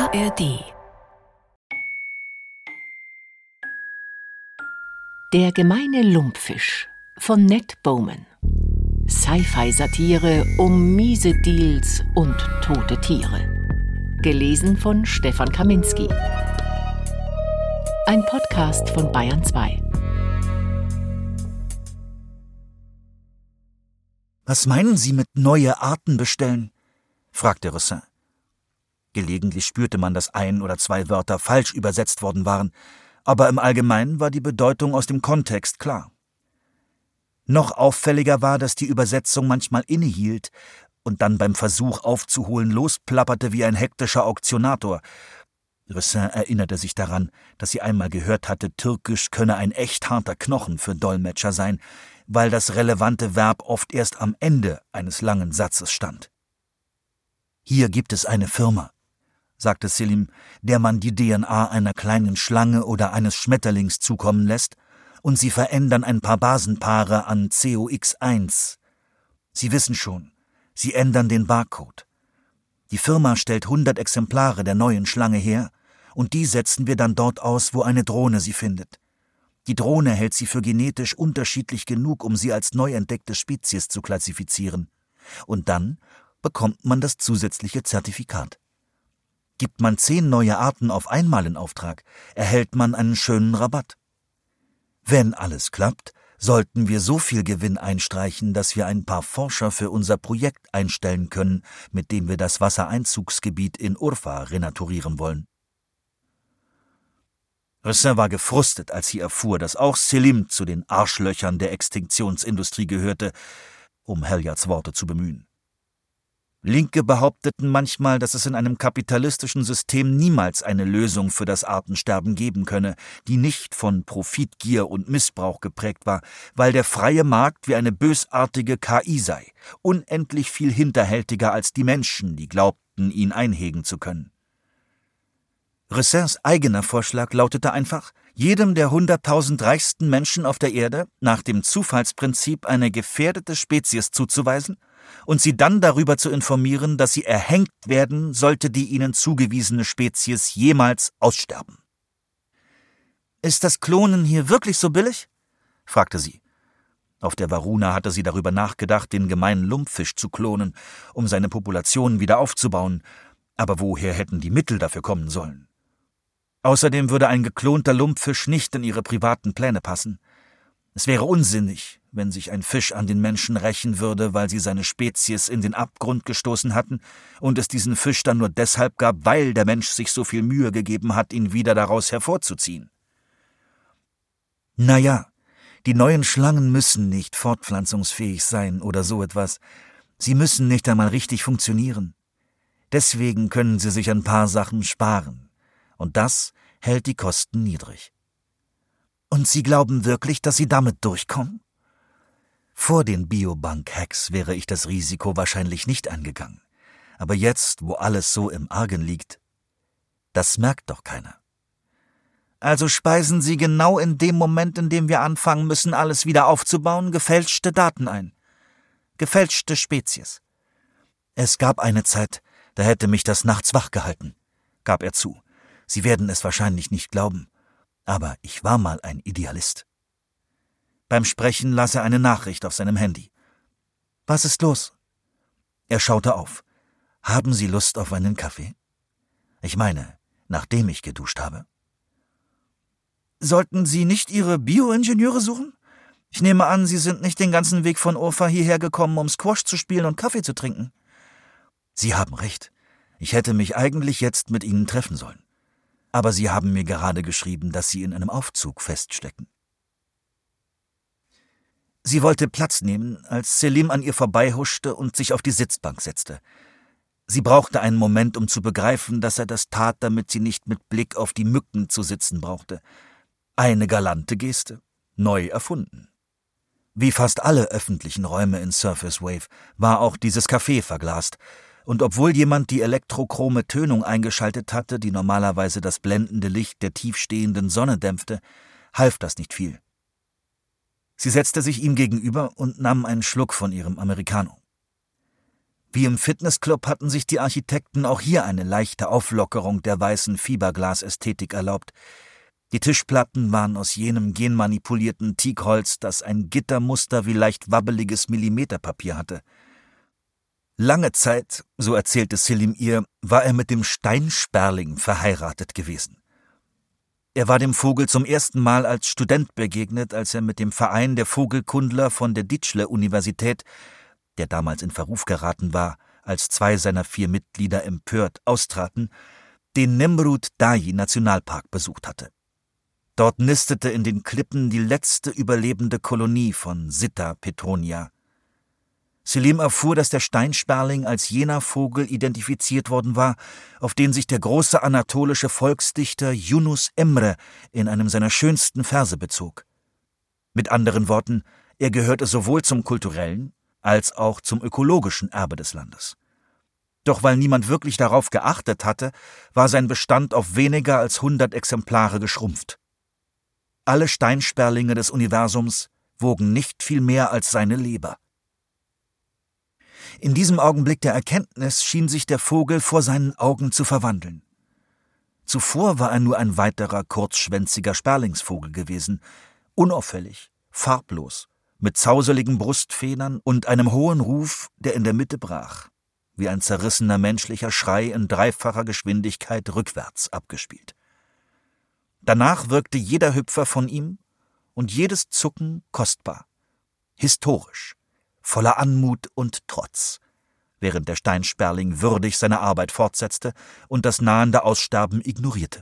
ARD. Der gemeine Lumpfisch von Ned Bowman. Sci-Fi-Satire um miese Deals und tote Tiere. Gelesen von Stefan Kaminski. Ein Podcast von Bayern 2. »Was meinen Sie mit neue Arten bestellen?« fragte Roussin. Gelegentlich spürte man, dass ein oder zwei Wörter falsch übersetzt worden waren, aber im Allgemeinen war die Bedeutung aus dem Kontext klar. Noch auffälliger war, dass die Übersetzung manchmal innehielt und dann beim Versuch aufzuholen losplapperte wie ein hektischer Auktionator. Roussin erinnerte sich daran, dass sie einmal gehört hatte, Türkisch könne ein echt harter Knochen für Dolmetscher sein, weil das relevante Verb oft erst am Ende eines langen Satzes stand. »Hier gibt es eine Firma«, sagte Selim, »der man die DNA einer kleinen Schlange oder eines Schmetterlings zukommen lässt, und sie verändern ein paar Basenpaare an COX1. Sie wissen schon, sie ändern den Barcode. Die Firma stellt 100 Exemplare der neuen Schlange her, und die setzen wir dann dort aus, wo eine Drohne sie findet. Die Drohne hält sie für genetisch unterschiedlich genug, um sie als neu entdeckte Spezies zu klassifizieren. Und dann bekommt man das zusätzliche Zertifikat. Gibt man 10 neue Arten auf einmal in Auftrag, erhält man einen schönen Rabatt. Wenn alles klappt, sollten wir so viel Gewinn einstreichen, dass wir ein paar Forscher für unser Projekt einstellen können, mit dem wir das Wassereinzugsgebiet in Urfa renaturieren wollen.« Roussin war gefrustet, als sie erfuhr, dass auch Selim zu den Arschlöchern der Extinktionsindustrie gehörte, um Halliards Worte zu bemühen. Linke behaupteten manchmal, dass es in einem kapitalistischen System niemals eine Lösung für das Artensterben geben könne, die nicht von Profitgier und Missbrauch geprägt war, weil der freie Markt wie eine bösartige KI sei, unendlich viel hinterhältiger als die Menschen, die glaubten, ihn einhegen zu können. Roussins eigener Vorschlag lautete einfach, jedem der 100.000 reichsten Menschen auf der Erde nach dem Zufallsprinzip eine gefährdete Spezies zuzuweisen und sie dann darüber zu informieren, dass sie erhängt werden, sollte die ihnen zugewiesene Spezies jemals aussterben. »Ist das Klonen hier wirklich so billig?« fragte sie. Auf der Varuna hatte sie darüber nachgedacht, den gemeinen Lumpfisch zu klonen, um seine Population wieder aufzubauen, aber woher hätten die Mittel dafür kommen sollen? Außerdem würde ein geklonter Lumpfisch nicht in ihre privaten Pläne passen. Es wäre unsinnig, wenn sich ein Fisch an den Menschen rächen würde, weil sie seine Spezies in den Abgrund gestoßen hatten und es diesen Fisch dann nur deshalb gab, weil der Mensch sich so viel Mühe gegeben hat, ihn wieder daraus hervorzuziehen. Naja, die neuen Schlangen müssen nicht fortpflanzungsfähig sein oder so etwas. Sie müssen nicht einmal richtig funktionieren. Deswegen können sie sich ein paar Sachen sparen. Und das hält die Kosten niedrig. Und Sie glauben wirklich, dass Sie damit durchkommen? Vor den Biobank-Hacks wäre ich das Risiko wahrscheinlich nicht eingegangen. Aber jetzt, wo alles so im Argen liegt, das merkt doch keiner. Also speisen Sie genau in dem Moment, in dem wir anfangen müssen, alles wieder aufzubauen, gefälschte Daten ein. Gefälschte Spezies. Es gab eine Zeit, da hätte mich das nachts wach gehalten, gab er zu. Sie werden es wahrscheinlich nicht glauben, aber ich war mal ein Idealist. Beim Sprechen las er eine Nachricht auf seinem Handy. »Was ist los?« Er schaute auf. »Haben Sie Lust auf einen Kaffee?« Ich meine, nachdem ich geduscht habe. »Sollten Sie nicht Ihre Bioingenieure suchen? Ich nehme an, Sie sind nicht den ganzen Weg von Urfa hierher gekommen, um Squash zu spielen und Kaffee zu trinken.« »Sie haben recht. Ich hätte mich eigentlich jetzt mit Ihnen treffen sollen. Aber Sie haben mir gerade geschrieben, dass Sie in einem Aufzug feststecken.« Sie wollte Platz nehmen, als Selim an ihr vorbeihuschte und sich auf die Sitzbank setzte. Sie brauchte einen Moment, um zu begreifen, dass er das tat, damit sie nicht mit Blick auf die Mücken zu sitzen brauchte. Eine galante Geste, neu erfunden. Wie fast alle öffentlichen Räume in Surface Wave war auch dieses Café verglast, und obwohl jemand die elektrochrome Tönung eingeschaltet hatte, die normalerweise das blendende Licht der tiefstehenden Sonne dämpfte, half das nicht viel. Sie setzte sich ihm gegenüber und nahm einen Schluck von ihrem Americano. Wie im Fitnessclub hatten sich die Architekten auch hier eine leichte Auflockerung der weißen Fiberglas-Ästhetik erlaubt. Die Tischplatten waren aus jenem genmanipulierten Teakholz, das ein Gittermuster wie leicht wabbeliges Millimeterpapier hatte. Lange Zeit, so erzählte Selim ihr, war er mit dem Steinsperling verheiratet gewesen. Er war dem Vogel zum ersten Mal als Student begegnet, als er mit dem Verein der Vogelkundler von der Dicle-Universität, der damals in Verruf geraten war, als 2 seiner 4 Mitglieder empört austraten, den Nemrut-Dayi-Nationalpark besucht hatte. Dort nistete in den Klippen die letzte überlebende Kolonie von Sitta petronia. Selim erfuhr, dass der Steinsperling als jener Vogel identifiziert worden war, auf den sich der große anatolische Volksdichter Yunus Emre in einem seiner schönsten Verse bezog. Mit anderen Worten, er gehörte sowohl zum kulturellen als auch zum ökologischen Erbe des Landes. Doch weil niemand wirklich darauf geachtet hatte, war sein Bestand auf weniger als 100 Exemplare geschrumpft. Alle Steinsperlinge des Universums wogen nicht viel mehr als seine Leber. In diesem Augenblick der Erkenntnis schien sich der Vogel vor seinen Augen zu verwandeln. Zuvor war er nur ein weiterer kurzschwänziger Sperlingsvogel gewesen, unauffällig, farblos, mit zauseligen Brustfedern und einem hohen Ruf, der in der Mitte brach, wie ein zerrissener menschlicher Schrei in 3-facher Geschwindigkeit rückwärts abgespielt. Danach wirkte jeder Hüpfer von ihm und jedes Zucken kostbar, historisch, voller Anmut und Trotz, während der Steinsperling würdig seine Arbeit fortsetzte und das nahende Aussterben ignorierte.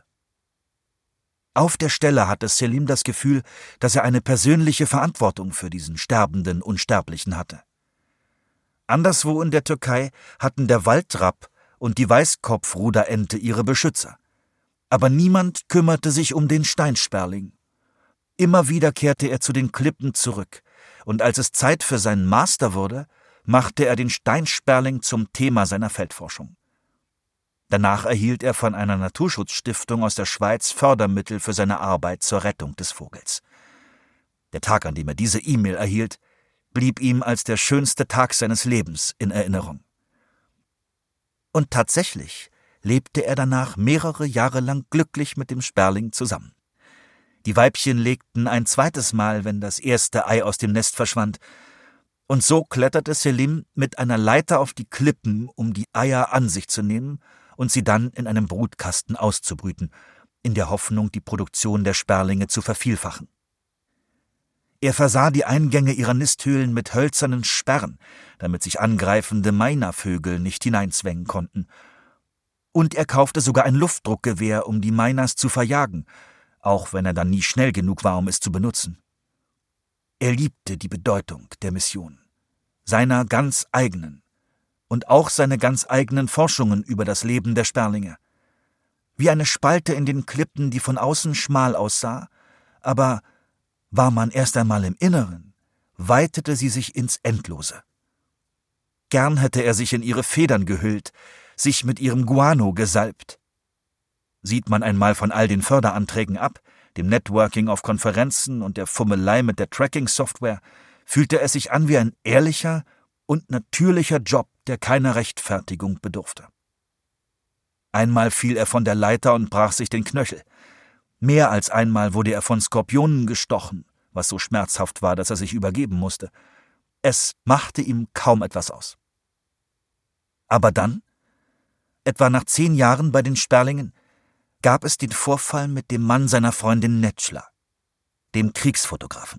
Auf der Stelle hatte Selim das Gefühl, dass er eine persönliche Verantwortung für diesen sterbenden Unsterblichen hatte. Anderswo in der Türkei hatten der Waldrapp und die Weißkopfruderente ihre Beschützer. Aber niemand kümmerte sich um den Steinsperling. Immer wieder kehrte er zu den Klippen zurück, und als es Zeit für seinen Master wurde, machte er den Steinsperling zum Thema seiner Feldforschung. Danach erhielt er von einer Naturschutzstiftung aus der Schweiz Fördermittel für seine Arbeit zur Rettung des Vogels. Der Tag, an dem er diese E-Mail erhielt, blieb ihm als der schönste Tag seines Lebens in Erinnerung. Und tatsächlich lebte er danach mehrere Jahre lang glücklich mit dem Sperling zusammen. Die Weibchen legten ein zweites Mal, wenn das erste Ei aus dem Nest verschwand, und so kletterte Selim mit einer Leiter auf die Klippen, um die Eier an sich zu nehmen und sie dann in einem Brutkasten auszubrüten, in der Hoffnung, die Produktion der Sperlinge zu vervielfachen. Er versah die Eingänge ihrer Nisthöhlen mit hölzernen Sperren, damit sich angreifende Meinavögel nicht hineinzwängen konnten. Und er kaufte sogar ein Luftdruckgewehr, um die Meinas zu verjagen, auch wenn er dann nie schnell genug war, um es zu benutzen. Er liebte die Bedeutung der Mission, seiner ganz eigenen, und auch seine ganz eigenen Forschungen über das Leben der Sperlinge. Wie eine Spalte in den Klippen, die von außen schmal aussah, aber war man erst einmal im Inneren, weitete sie sich ins Endlose. Gern hätte er sich in ihre Federn gehüllt, sich mit ihrem Guano gesalbt. Sieht man einmal von all den Förderanträgen ab, dem Networking auf Konferenzen und der Fummelei mit der Tracking-Software, fühlte es sich an wie ein ehrlicher und natürlicher Job, der keiner Rechtfertigung bedurfte. Einmal fiel er von der Leiter und brach sich den Knöchel. Mehr als einmal wurde er von Skorpionen gestochen, was so schmerzhaft war, dass er sich übergeben musste. Es machte ihm kaum etwas aus. Aber dann, etwa nach 10 Jahren bei den Sperlingen, gab es den Vorfall mit dem Mann seiner Freundin Netschla, dem Kriegsfotografen.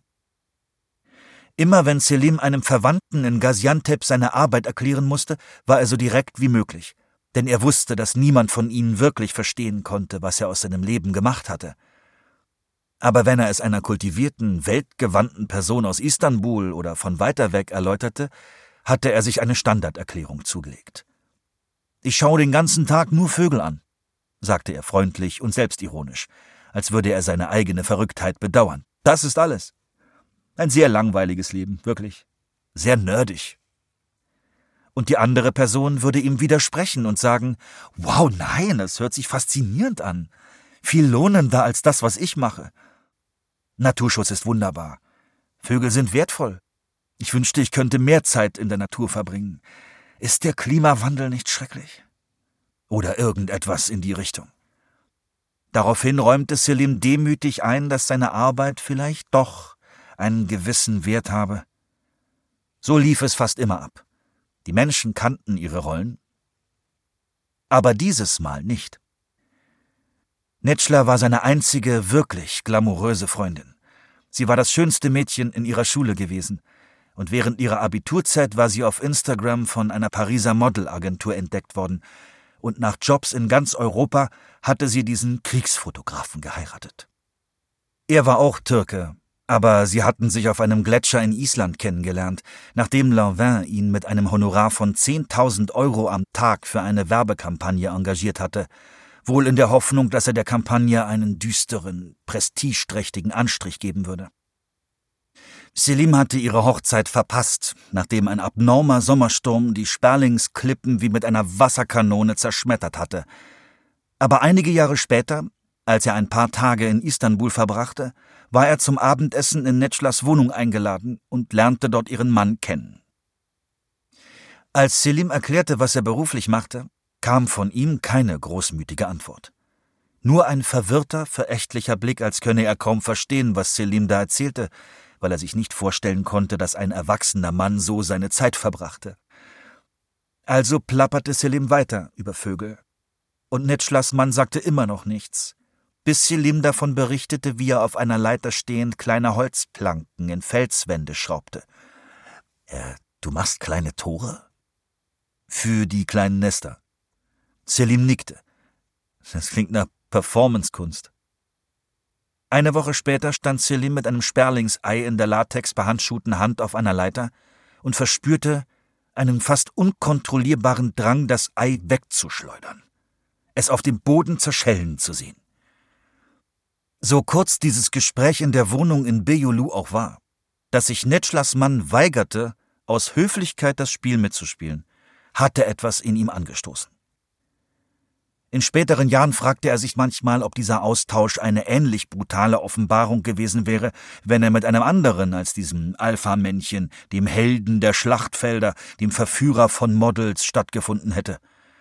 Immer wenn Selim einem Verwandten in Gaziantep seine Arbeit erklären musste, war er so direkt wie möglich, denn er wusste, dass niemand von ihnen wirklich verstehen konnte, was er aus seinem Leben gemacht hatte. Aber wenn er es einer kultivierten, weltgewandten Person aus Istanbul oder von weiter weg erläuterte, hatte er sich eine Standarderklärung zugelegt. »Ich schaue den ganzen Tag nur Vögel an«, sagte er freundlich und selbstironisch, als würde er seine eigene Verrücktheit bedauern. »Das ist alles. Ein sehr langweiliges Leben, wirklich. Sehr nerdig.« Und die andere Person würde ihm widersprechen und sagen, »Wow, nein, das hört sich faszinierend an. Viel lohnender als das, was ich mache. Naturschutz ist wunderbar. Vögel sind wertvoll. Ich wünschte, ich könnte mehr Zeit in der Natur verbringen. Ist der Klimawandel nicht schrecklich? Oder irgendetwas in die Richtung. Daraufhin räumte Selim demütig ein, dass seine Arbeit vielleicht doch einen gewissen Wert habe. So lief es fast immer ab. Die Menschen kannten ihre Rollen, aber dieses Mal nicht. Netschler war seine einzige wirklich glamouröse Freundin. Sie war das schönste Mädchen in ihrer Schule gewesen, und während ihrer Abiturzeit war sie auf Instagram von einer Pariser Modelagentur entdeckt worden, und nach Jobs in ganz Europa hatte sie diesen Kriegsfotografen geheiratet. Er war auch Türke, aber sie hatten sich auf einem Gletscher in Island kennengelernt, nachdem Lanvin ihn mit einem Honorar von 10.000 € am Tag für eine Werbekampagne engagiert hatte, wohl in der Hoffnung, dass er der Kampagne einen düsteren, prestigeträchtigen Anstrich geben würde. Selim hatte ihre Hochzeit verpasst, nachdem ein abnormer Sommersturm die Sperlingsklippen wie mit einer Wasserkanone zerschmettert hatte. Aber einige Jahre später, als er ein paar Tage in Istanbul verbrachte, war er zum Abendessen in Netschlers Wohnung eingeladen und lernte dort ihren Mann kennen. Als Selim erklärte, was er beruflich machte, kam von ihm keine großmütige Antwort. Nur ein verwirrter, verächtlicher Blick, als könne er kaum verstehen, was Selim da erzählte, weil er sich nicht vorstellen konnte, dass ein erwachsener Mann so seine Zeit verbrachte. Also plapperte Selim weiter über Vögel. Und Netschlers Mann sagte immer noch nichts, bis Selim davon berichtete, wie er auf einer Leiter stehend kleine Holzplanken in Felswände schraubte. Du machst kleine Tore? Für die kleinen Nester. Selim nickte. Das klingt nach Performancekunst. Eine Woche später stand Selim mit einem Sperlingsei in der latexbehandschuhten Hand auf einer Leiter und verspürte einen fast unkontrollierbaren Drang, das Ei wegzuschleudern, es auf dem Boden zerschellen zu sehen. So kurz dieses Gespräch in der Wohnung in Beyoğlu auch war, dass sich Netschlers Mann weigerte, aus Höflichkeit das Spiel mitzuspielen, hatte etwas in ihm angestoßen. In späteren Jahren fragte er sich manchmal, ob dieser Austausch eine ähnlich brutale Offenbarung gewesen wäre, wenn er mit einem anderen als diesem Alpha-Männchen, dem Helden der Schlachtfelder, dem Verführer von Models stattgefunden hätte.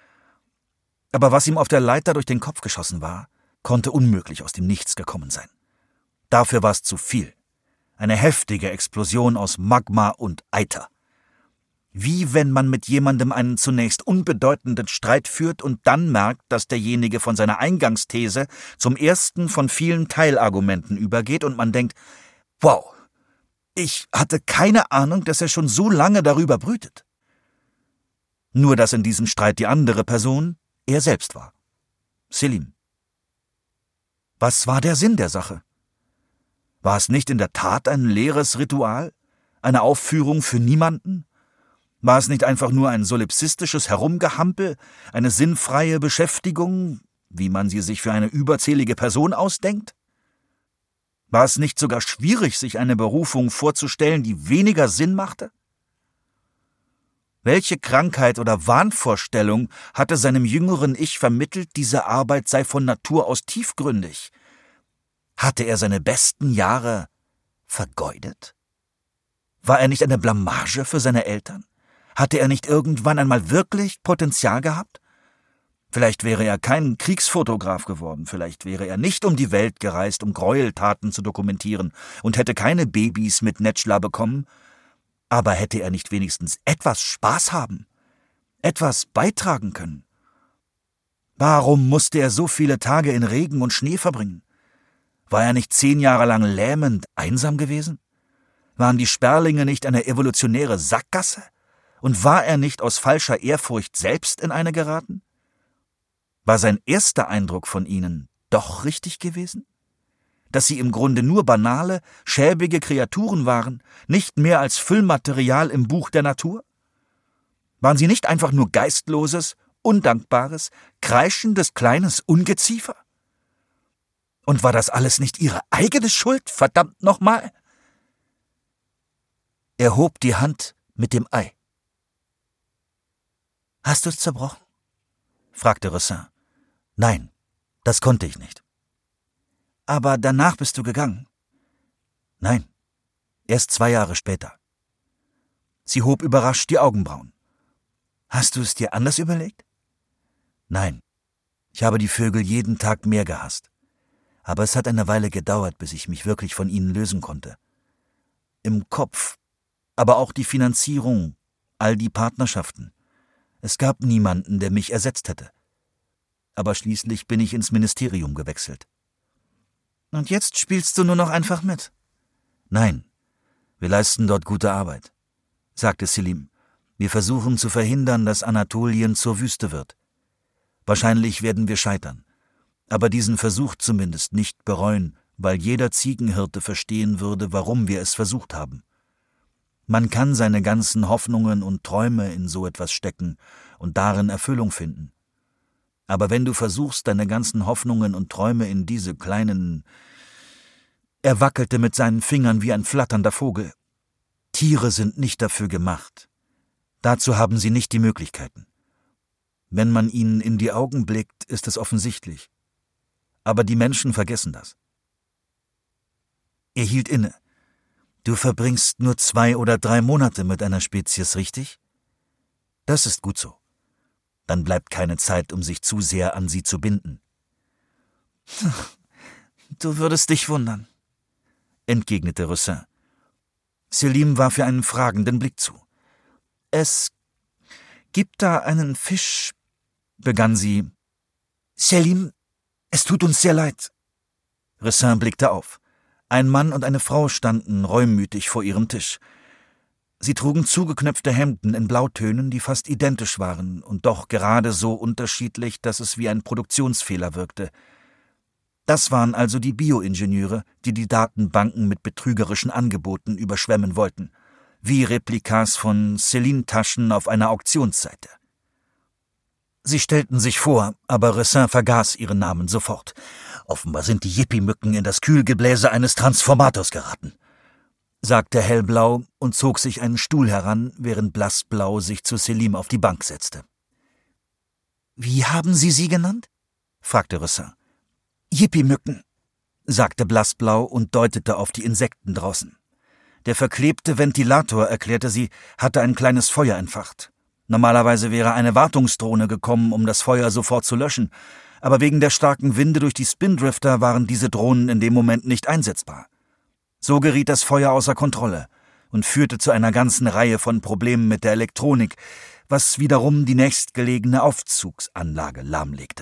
Aber was ihm auf der Leiter durch den Kopf geschossen war, konnte unmöglich aus dem Nichts gekommen sein. Dafür war es zu viel. Eine heftige Explosion aus Magma und Eiter. Wie wenn man mit jemandem einen zunächst unbedeutenden Streit führt und dann merkt, dass derjenige von seiner Eingangsthese zum ersten von vielen Teilargumenten übergeht und man denkt, wow, ich hatte keine Ahnung, dass er schon so lange darüber brütet. Nur dass in diesem Streit die andere Person er selbst war. Selim. Was war der Sinn der Sache? War es nicht in der Tat ein leeres Ritual? Eine Aufführung für niemanden? War es nicht einfach nur ein solipsistisches Herumgehampel, eine sinnfreie Beschäftigung, wie man sie sich für eine überzählige Person ausdenkt? War es nicht sogar schwierig, sich eine Berufung vorzustellen, die weniger Sinn machte? Welche Krankheit oder Wahnvorstellung hatte seinem jüngeren Ich vermittelt, diese Arbeit sei von Natur aus tiefgründig? Hatte er seine besten Jahre vergeudet? War er nicht eine Blamage für seine Eltern? Hatte er nicht irgendwann einmal wirklich Potenzial gehabt? Vielleicht wäre er kein Kriegsfotograf geworden, vielleicht wäre er nicht um die Welt gereist, um Gräueltaten zu dokumentieren und hätte keine Babys mit Netschler bekommen, aber hätte er nicht wenigstens etwas Spaß haben, etwas beitragen können? Warum musste er so viele Tage in Regen und Schnee verbringen? War er nicht 10 Jahre lang lähmend einsam gewesen? Waren die Sperlinge nicht eine evolutionäre Sackgasse? Und war er nicht aus falscher Ehrfurcht selbst in eine geraten? War sein erster Eindruck von ihnen doch richtig gewesen? Dass sie im Grunde nur banale, schäbige Kreaturen waren, nicht mehr als Füllmaterial im Buch der Natur? Waren sie nicht einfach nur geistloses, undankbares, kreischendes kleines Ungeziefer? Und war das alles nicht ihre eigene Schuld, verdammt nochmal? Er hob die Hand mit dem Ei. »Hast du es zerbrochen?« fragte Ressin. »Nein, das konnte ich nicht.« »Aber danach bist du gegangen?« »Nein, erst 2 Jahre später.« Sie hob überrascht die Augenbrauen. Hast du es dir anders überlegt? Nein, ich habe die Vögel jeden Tag mehr gehasst. Aber es hat eine Weile gedauert, bis ich mich wirklich von ihnen lösen konnte. Im Kopf, aber auch die Finanzierung, all die Partnerschaften. Es gab niemanden, der mich ersetzt hätte. Aber schließlich bin ich ins Ministerium gewechselt. Und jetzt spielst du nur noch einfach mit? Nein, wir leisten dort gute Arbeit, sagte Selim. Wir versuchen zu verhindern, dass Anatolien zur Wüste wird. Wahrscheinlich werden wir scheitern, aber diesen Versuch zumindest nicht bereuen, weil jeder Ziegenhirte verstehen würde, warum wir es versucht haben. Man kann seine ganzen Hoffnungen und Träume in so etwas stecken und darin Erfüllung finden. Aber wenn du versuchst, deine ganzen Hoffnungen und Träume in diese kleinen... Er wackelte mit seinen Fingern wie ein flatternder Vogel. Tiere sind nicht dafür gemacht. Dazu haben sie nicht die Möglichkeiten. Wenn man ihnen in die Augen blickt, ist es offensichtlich. Aber die Menschen vergessen das. Er hielt inne. Du verbringst nur 2 oder 3 Monate mit einer Spezies, richtig? Das ist gut so. Dann bleibt keine Zeit, um sich zu sehr an sie zu binden. Du würdest dich wundern, entgegnete Roussin. Selim warf ihr einen fragenden Blick zu. Es gibt da einen Fisch, begann sie. Selim, es tut uns sehr leid. Roussin blickte auf. Ein Mann und eine Frau standen reumütig vor ihrem Tisch. Sie trugen zugeknöpfte Hemden in Blautönen, die fast identisch waren und doch gerade so unterschiedlich, dass es wie ein Produktionsfehler wirkte. Das waren also die Bioingenieure, die die Datenbanken mit betrügerischen Angeboten überschwemmen wollten, wie Replikas von Celine-Taschen auf einer Auktionsseite. Sie stellten sich vor, aber Roussin vergaß ihren Namen sofort. Offenbar sind die Yippie-Mücken in das Kühlgebläse eines Transformators geraten, sagte Hellblau und zog sich einen Stuhl heran, während Blassblau sich zu Selim auf die Bank setzte. »Wie haben Sie sie genannt?« fragte Roussin. »Yippie-Mücken«, sagte Blassblau und deutete auf die Insekten draußen. Der verklebte Ventilator, erklärte sie, hatte ein kleines Feuer entfacht. Normalerweise wäre eine Wartungsdrohne gekommen, um das Feuer sofort zu löschen, aber wegen der starken Winde durch die Spindrifter waren diese Drohnen in dem Moment nicht einsetzbar. So geriet das Feuer außer Kontrolle und führte zu einer ganzen Reihe von Problemen mit der Elektronik, was wiederum die nächstgelegene Aufzugsanlage lahmlegte.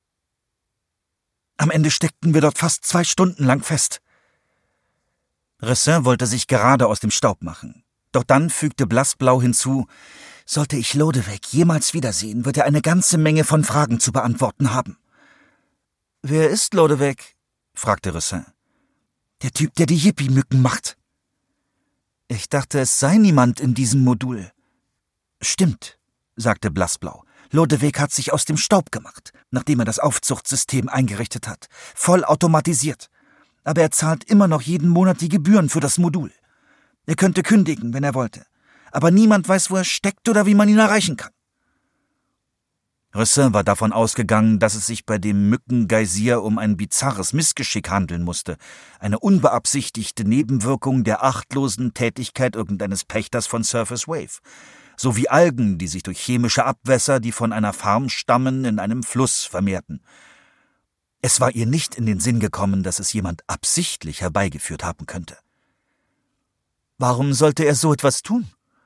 Am Ende steckten wir dort fast 2 Stunden lang fest. Roussin wollte sich gerade aus dem Staub machen. Doch dann fügte Blassblau hinzu, sollte ich Lodewijk jemals wiedersehen, wird er eine ganze Menge von Fragen zu beantworten haben. »Wer ist Lodewijk?« fragte Roussin. »Der Typ, der die Yippie-Mücken macht.« »Ich dachte, es sei niemand in diesem Modul.« »Stimmt«, sagte Blassblau. »Lodewijk hat sich aus dem Staub gemacht, nachdem er das Aufzuchtsystem eingerichtet hat. Voll automatisiert. Aber er zahlt immer noch jeden Monat die Gebühren für das Modul. Er könnte kündigen, wenn er wollte. Aber niemand weiß, wo er steckt oder wie man ihn erreichen kann.« Roussin war davon ausgegangen, dass es sich bei dem Mückengeysir um ein bizarres Missgeschick handeln musste, eine unbeabsichtigte Nebenwirkung der achtlosen Tätigkeit irgendeines Pächters von Surface Wave, sowie Algen, die sich durch chemische Abwässer, die von einer Farm stammen, in einem Fluss vermehrten. Es war ihr nicht in den Sinn gekommen, dass es jemand absichtlich herbeigeführt haben könnte. Warum sollte er so etwas tun?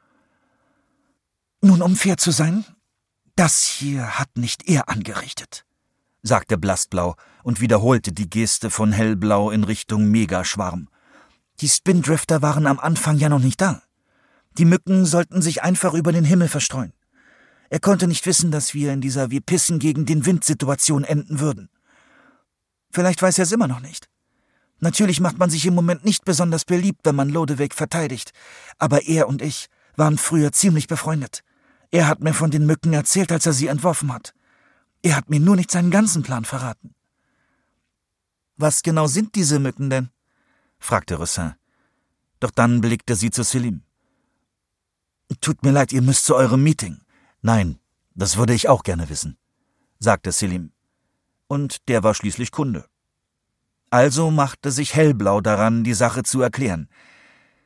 Nun, um fair zu sein, das hier hat nicht er angerichtet, sagte Blassblau und wiederholte die Geste von Hellblau in Richtung Megaschwarm. Die Spindrifter waren am Anfang ja noch nicht da. Die Mücken sollten sich einfach über den Himmel verstreuen. Er konnte nicht wissen, dass wir in dieser Wir-pissen-gegen-den-Wind-Situation enden würden. Vielleicht weiß er es immer noch nicht. Natürlich macht man sich im Moment nicht besonders beliebt, wenn man Lodewijk verteidigt, aber er und ich waren früher ziemlich befreundet. Er hat mir von den Mücken erzählt, als er sie entworfen hat. Er hat mir nur nicht seinen ganzen Plan verraten. »Was genau sind diese Mücken denn?« fragte Roussin. Doch dann blickte sie zu Selim. »Tut mir leid, ihr müsst zu eurem Meeting.« »Nein, das würde ich auch gerne wissen«, sagte Selim. Und der war schließlich Kunde. Also machte sich Hellblau daran, die Sache zu erklären.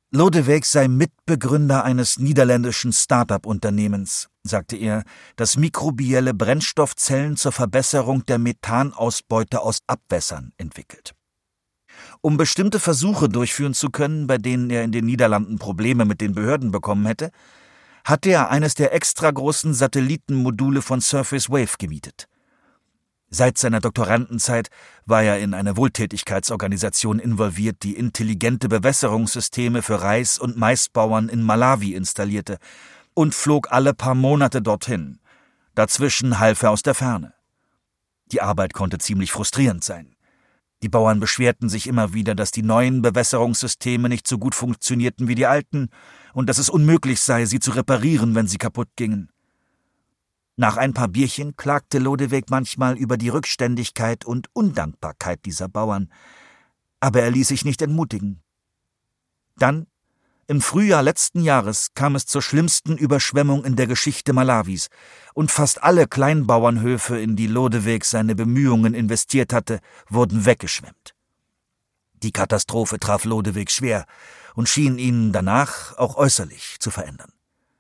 Lodewijk sei Mitbegründer eines niederländischen Start-up-Unternehmens, sagte er, das mikrobielle Brennstoffzellen zur Verbesserung der Methanausbeute aus Abwässern entwickelt. Um bestimmte Versuche durchführen zu können, bei denen er in den Niederlanden Probleme mit den Behörden bekommen hätte, hatte er eines der extra großen Satellitenmodule von Surface Wave gemietet. Seit seiner Doktorandenzeit war er in eine Wohltätigkeitsorganisation involviert, die intelligente Bewässerungssysteme für Reis- und Maisbauern in Malawi installierte, und flog alle paar Monate dorthin. Dazwischen half er aus der Ferne. Die Arbeit konnte ziemlich frustrierend sein. Die Bauern beschwerten sich immer wieder, dass die neuen Bewässerungssysteme nicht so gut funktionierten wie die alten und dass es unmöglich sei, sie zu reparieren, wenn sie kaputt gingen. Nach ein paar Bierchen klagte Lodewijk manchmal über die Rückständigkeit und Undankbarkeit dieser Bauern, aber er ließ sich nicht entmutigen. Dann, im Frühjahr letzten Jahres, kam es zur schlimmsten Überschwemmung in der Geschichte Malawis und fast alle Kleinbauernhöfe, in die Lodewijk seine Bemühungen investiert hatte, wurden weggeschwemmt. Die Katastrophe traf Lodewijk schwer und schien ihn danach auch äußerlich zu verändern.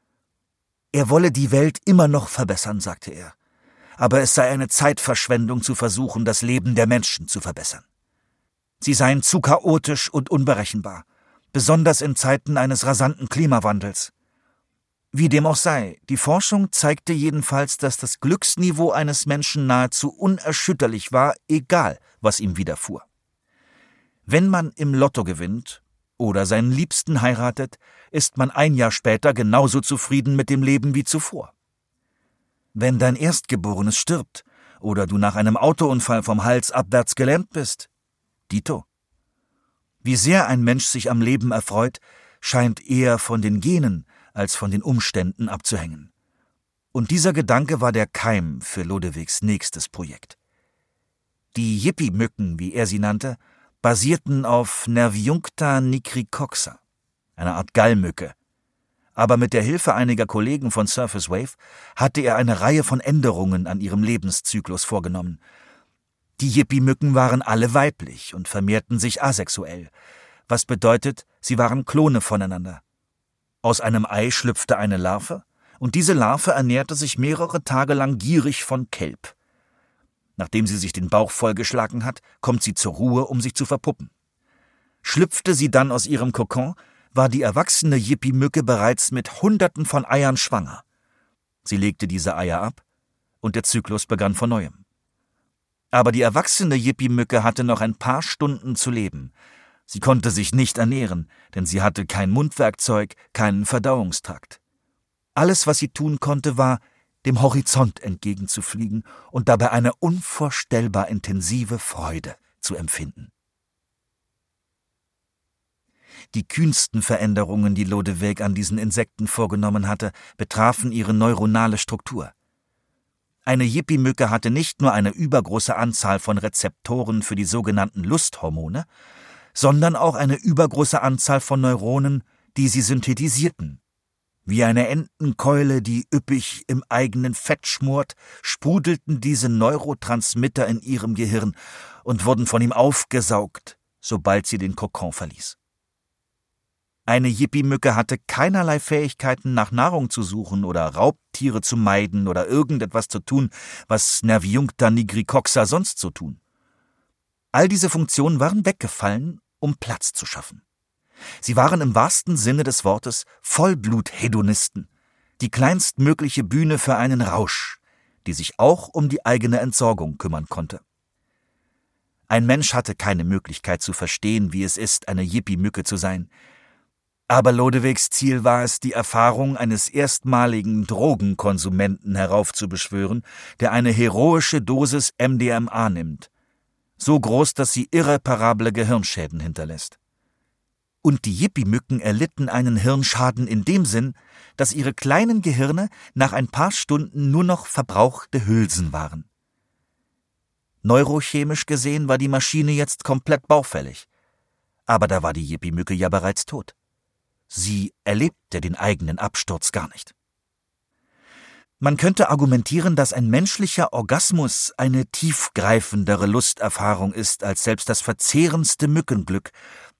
Er wolle die Welt immer noch verbessern, sagte er, aber es sei eine Zeitverschwendung zu versuchen, das Leben der Menschen zu verbessern. Sie seien zu chaotisch und unberechenbar, besonders in Zeiten eines rasanten Klimawandels. Wie dem auch sei, die Forschung zeigte jedenfalls, dass das Glücksniveau eines Menschen nahezu unerschütterlich war, egal was ihm widerfuhr. Wenn man im Lotto gewinnt oder seinen Liebsten heiratet, ist man ein Jahr später genauso zufrieden mit dem Leben wie zuvor. Wenn dein Erstgeborenes stirbt oder du nach einem Autounfall vom Hals abwärts gelähmt bist, dito. Wie sehr ein Mensch sich am Leben erfreut, scheint eher von den Genen als von den Umständen abzuhängen. Und dieser Gedanke war der Keim für Lodewijks nächstes Projekt. Die Yippie-Mücken, wie er sie nannte, basierten auf Nerviuncta nicricoxa, einer Art Gallmücke. Aber mit der Hilfe einiger Kollegen von Surface Wave hatte er eine Reihe von Änderungen an ihrem Lebenszyklus vorgenommen. Die Yippie-Mücken waren alle weiblich und vermehrten sich asexuell, was bedeutet, sie waren Klone voneinander. Aus einem Ei schlüpfte eine Larve, und diese Larve ernährte sich mehrere Tage lang gierig von Kelp. Nachdem sie sich den Bauch vollgeschlagen hat, kommt sie zur Ruhe, um sich zu verpuppen. Schlüpfte sie dann aus ihrem Kokon, war die erwachsene Yippie-Mücke bereits mit Hunderten von Eiern schwanger. Sie legte diese Eier ab, und der Zyklus begann von neuem. Aber die erwachsene Yippie-Mücke hatte noch ein paar Stunden zu leben. Sie konnte sich nicht ernähren, denn sie hatte kein Mundwerkzeug, keinen Verdauungstrakt. Alles, was sie tun konnte, war, dem Horizont entgegenzufliegen und dabei eine unvorstellbar intensive Freude zu empfinden. Die kühnsten Veränderungen, die Lodewijk an diesen Insekten vorgenommen hatte, betrafen ihre neuronale Struktur. Eine Yippie-Mücke hatte nicht nur eine übergroße Anzahl von Rezeptoren für die sogenannten Lusthormone, sondern auch eine übergroße Anzahl von Neuronen, die sie synthetisierten. Wie eine Entenkeule, die üppig im eigenen Fett schmort, sprudelten diese Neurotransmitter in ihrem Gehirn und wurden von ihm aufgesaugt, sobald sie den Kokon verließ. Eine Yippie-Mücke hatte keinerlei Fähigkeiten, nach Nahrung zu suchen oder Raubtiere zu meiden oder irgendetwas zu tun, was Nerviuncta nicricoxa sonst so tun. All diese Funktionen waren weggefallen, um Platz zu schaffen. Sie waren im wahrsten Sinne des Wortes Vollblut-Hedonisten, die kleinstmögliche Bühne für einen Rausch, die sich auch um die eigene Entsorgung kümmern konnte. Ein Mensch hatte keine Möglichkeit zu verstehen, wie es ist, eine Yippie-Mücke zu sein. Aber Lodewijks Ziel war es, die Erfahrung eines erstmaligen Drogenkonsumenten heraufzubeschwören, der eine heroische Dosis MDMA nimmt, so groß, dass sie irreparable Gehirnschäden hinterlässt. Und die Yippie-Mücken erlitten einen Hirnschaden in dem Sinn, dass ihre kleinen Gehirne nach ein paar Stunden nur noch verbrauchte Hülsen waren. Neurochemisch gesehen war die Maschine jetzt komplett baufällig. Aber da war die Yippie-Mücke ja bereits tot. Sie erlebte den eigenen Absturz gar nicht. Man könnte argumentieren, dass ein menschlicher Orgasmus eine tiefgreifendere Lusterfahrung ist als selbst das verzehrendste Mückenglück,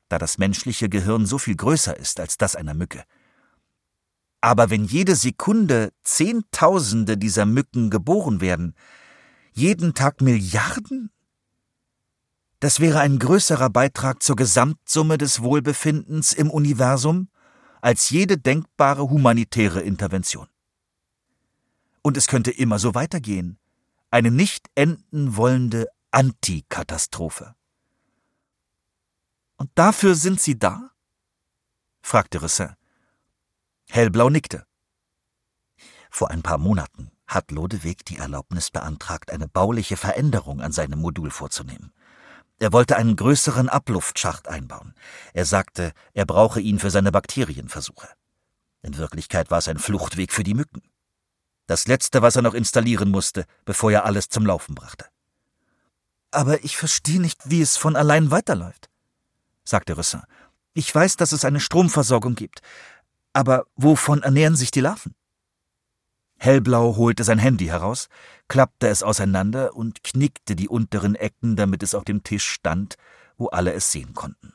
da das menschliche Gehirn so viel größer ist als das einer Mücke. Aber wenn jede Sekunde Zehntausende dieser Mücken geboren werden, jeden Tag Milliarden? Das wäre ein größerer Beitrag zur Gesamtsumme des Wohlbefindens im Universum als jede denkbare humanitäre Intervention. Und es könnte immer so weitergehen. Eine nicht enden wollende Antikatastrophe. »Und dafür sind Sie da?« fragte Ressin. Hellblau nickte. Vor ein paar Monaten hat Lodewijk die Erlaubnis beantragt, eine bauliche Veränderung an seinem Modul vorzunehmen. Er wollte einen größeren Abluftschacht einbauen. Er sagte, er brauche ihn für seine Bakterienversuche. In Wirklichkeit war es ein Fluchtweg für die Mücken. Das Letzte, was er noch installieren musste, bevor er alles zum Laufen brachte. »Aber ich verstehe nicht, wie es von allein weiterläuft«, sagte Ressin. »Ich weiß, dass es eine Stromversorgung gibt. Aber wovon ernähren sich die Larven?« Hellblau holte sein Handy heraus, klappte es auseinander und knickte die unteren Ecken, damit es auf dem Tisch stand, wo alle es sehen konnten.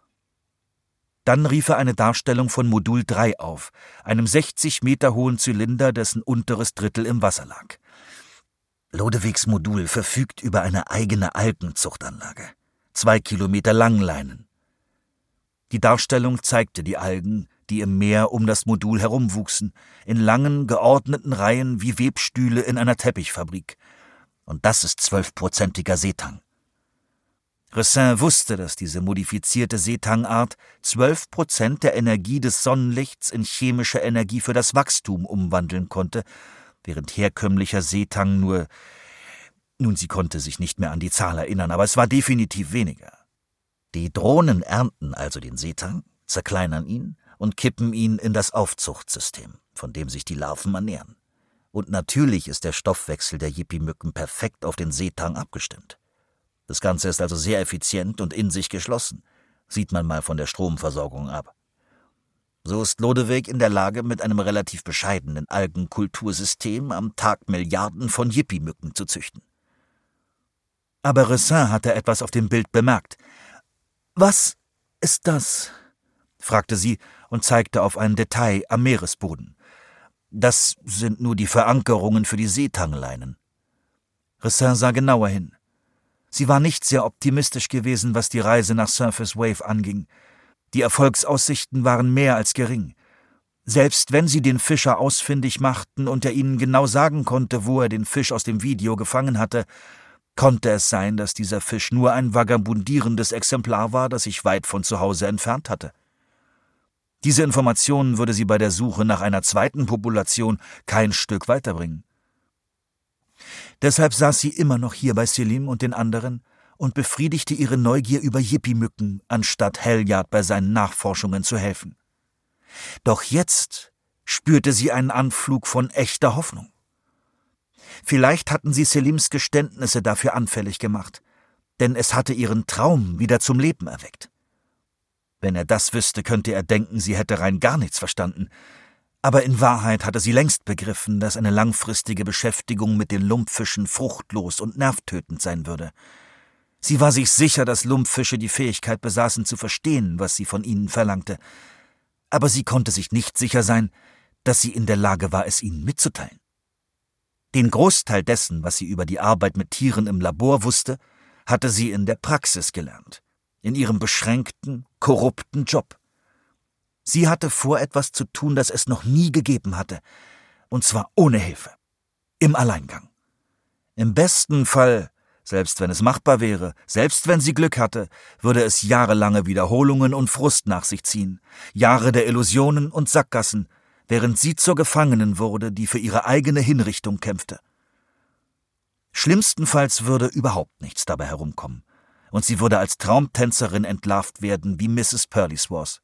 Dann rief er eine Darstellung von Modul 3 auf, einem 60 Meter hohen Zylinder, dessen unteres Drittel im Wasser lag. Lodewijks Modul verfügt über eine eigene Algenzuchtanlage, 2 Kilometer Langleinen. Die Darstellung zeigte die Algen, die im Meer um das Modul herumwuchsen, in langen, geordneten Reihen wie Webstühle in einer Teppichfabrik. Und das ist 12-prozentiger Seetang. Ressin wusste, dass diese modifizierte Seetangart 12% der Energie des Sonnenlichts in chemische Energie für das Wachstum umwandeln konnte, während herkömmlicher Seetang nun, sie konnte sich nicht mehr an die Zahl erinnern, aber es war definitiv weniger. Die Drohnen ernten also den Seetang, zerkleinern ihn und kippen ihn in das Aufzuchtsystem, von dem sich die Larven ernähren. Und natürlich ist der Stoffwechsel der Yippie-Mücken perfekt auf den Seetang abgestimmt. Das Ganze ist also sehr effizient und in sich geschlossen, sieht man mal von der Stromversorgung ab. So ist Lodewijk in der Lage, mit einem relativ bescheidenen Algenkultursystem am Tag Milliarden von Yippie-Mücken zu züchten. Aber Ressin hatte etwas auf dem Bild bemerkt. »Was ist das?« fragte sie und zeigte auf ein Detail am Meeresboden. »Das sind nur die Verankerungen für die Seetangleinen.« Ressin sah genauer hin. Sie war nicht sehr optimistisch gewesen, was die Reise nach Surface Wave anging. Die Erfolgsaussichten waren mehr als gering. Selbst wenn sie den Fischer ausfindig machten und er ihnen genau sagen konnte, wo er den Fisch aus dem Video gefangen hatte, konnte es sein, dass dieser Fisch nur ein vagabundierendes Exemplar war, das sich weit von zu Hause entfernt hatte. Diese Informationen würde sie bei der Suche nach einer zweiten Population kein Stück weiterbringen. Deshalb saß sie immer noch hier bei Selim und den anderen und befriedigte ihre Neugier über Yippie-Mücken, anstatt Halliard bei seinen Nachforschungen zu helfen. Doch jetzt spürte sie einen Anflug von echter Hoffnung. Vielleicht hatten sie Selims Geständnisse dafür anfällig gemacht, denn es hatte ihren Traum wieder zum Leben erweckt. Wenn er das wüsste, könnte er denken, sie hätte rein gar nichts verstanden. Aber in Wahrheit hatte sie längst begriffen, dass eine langfristige Beschäftigung mit den Lumpfischen fruchtlos und nervtötend sein würde. Sie war sich sicher, dass Lumpfische die Fähigkeit besaßen, zu verstehen, was sie von ihnen verlangte. Aber sie konnte sich nicht sicher sein, dass sie in der Lage war, es ihnen mitzuteilen. Den Großteil dessen, was sie über die Arbeit mit Tieren im Labor wusste, hatte sie in der Praxis gelernt, in ihrem beschränkten, korrupten Job. Sie hatte vor, etwas zu tun, das es noch nie gegeben hatte, und zwar ohne Hilfe, im Alleingang. Im besten Fall, selbst wenn es machbar wäre, selbst wenn sie Glück hatte, würde es jahrelange Wiederholungen und Frust nach sich ziehen, Jahre der Illusionen und Sackgassen, während sie zur Gefangenen wurde, die für ihre eigene Hinrichtung kämpfte. Schlimmstenfalls würde überhaupt nichts dabei herumkommen, und sie würde als Traumtänzerin entlarvt werden, wie Mrs. Perlysworth.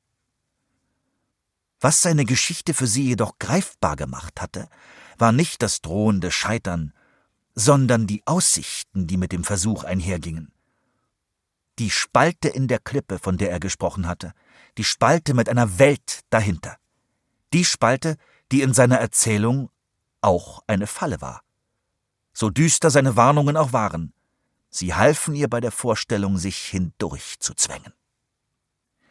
Was seine Geschichte für sie jedoch greifbar gemacht hatte, war nicht das drohende Scheitern, sondern die Aussichten, die mit dem Versuch einhergingen. Die Spalte in der Klippe, von der er gesprochen hatte, die Spalte mit einer Welt dahinter. Die Spalte, die in seiner Erzählung auch eine Falle war. So düster seine Warnungen auch waren, sie halfen ihr bei der Vorstellung, sich hindurch zu zwängen.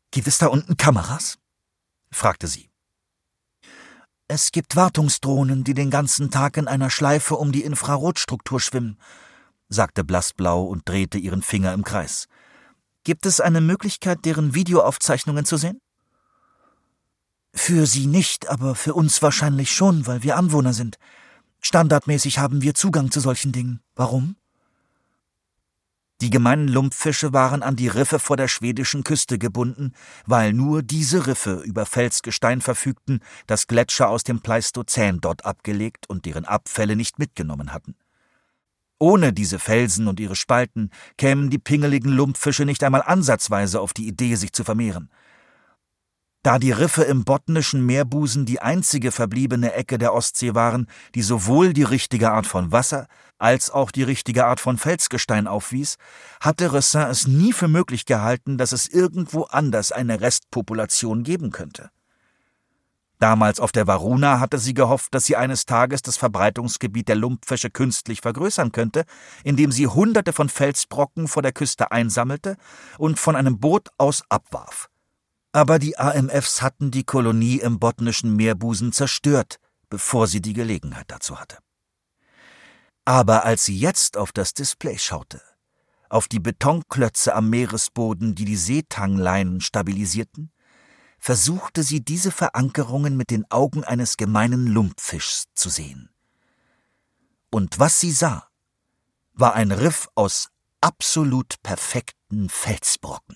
»Gibt es da unten Kameras?« fragte sie. »Es gibt Wartungsdrohnen, die den ganzen Tag in einer Schleife um die Infrarotstruktur schwimmen«, sagte Blassblau und drehte ihren Finger im Kreis. »Gibt es eine Möglichkeit, deren Videoaufzeichnungen zu sehen?« »Für Sie nicht, aber für uns wahrscheinlich schon, weil wir Anwohner sind. Standardmäßig haben wir Zugang zu solchen Dingen. Warum?« Die gemeinen Lumpfische waren an die Riffe vor der schwedischen Küste gebunden, weil nur diese Riffe über Felsgestein verfügten, das Gletscher aus dem Pleistozän dort abgelegt und deren Abfälle nicht mitgenommen hatten. Ohne diese Felsen und ihre Spalten kämen die pingeligen Lumpfische nicht einmal ansatzweise auf die Idee, sich zu vermehren. Da die Riffe im Botnischen Meerbusen die einzige verbliebene Ecke der Ostsee waren, die sowohl die richtige Art von Wasser als auch die richtige Art von Felsgestein aufwies, hatte Rössin es nie für möglich gehalten, dass es irgendwo anders eine Restpopulation geben könnte. Damals auf der Varuna hatte sie gehofft, dass sie eines Tages das Verbreitungsgebiet der Lumpfische künstlich vergrößern könnte, indem sie Hunderte von Felsbrocken vor der Küste einsammelte und von einem Boot aus abwarf. Aber die AMFs hatten die Kolonie im Botnischen Meerbusen zerstört, bevor sie die Gelegenheit dazu hatte. Aber als sie jetzt auf das Display schaute, auf die Betonklötze am Meeresboden, die die Seetangleinen stabilisierten, versuchte sie diese Verankerungen mit den Augen eines gemeinen Lumpfischs zu sehen. Und was sie sah, war ein Riff aus absolut perfekten Felsbrocken.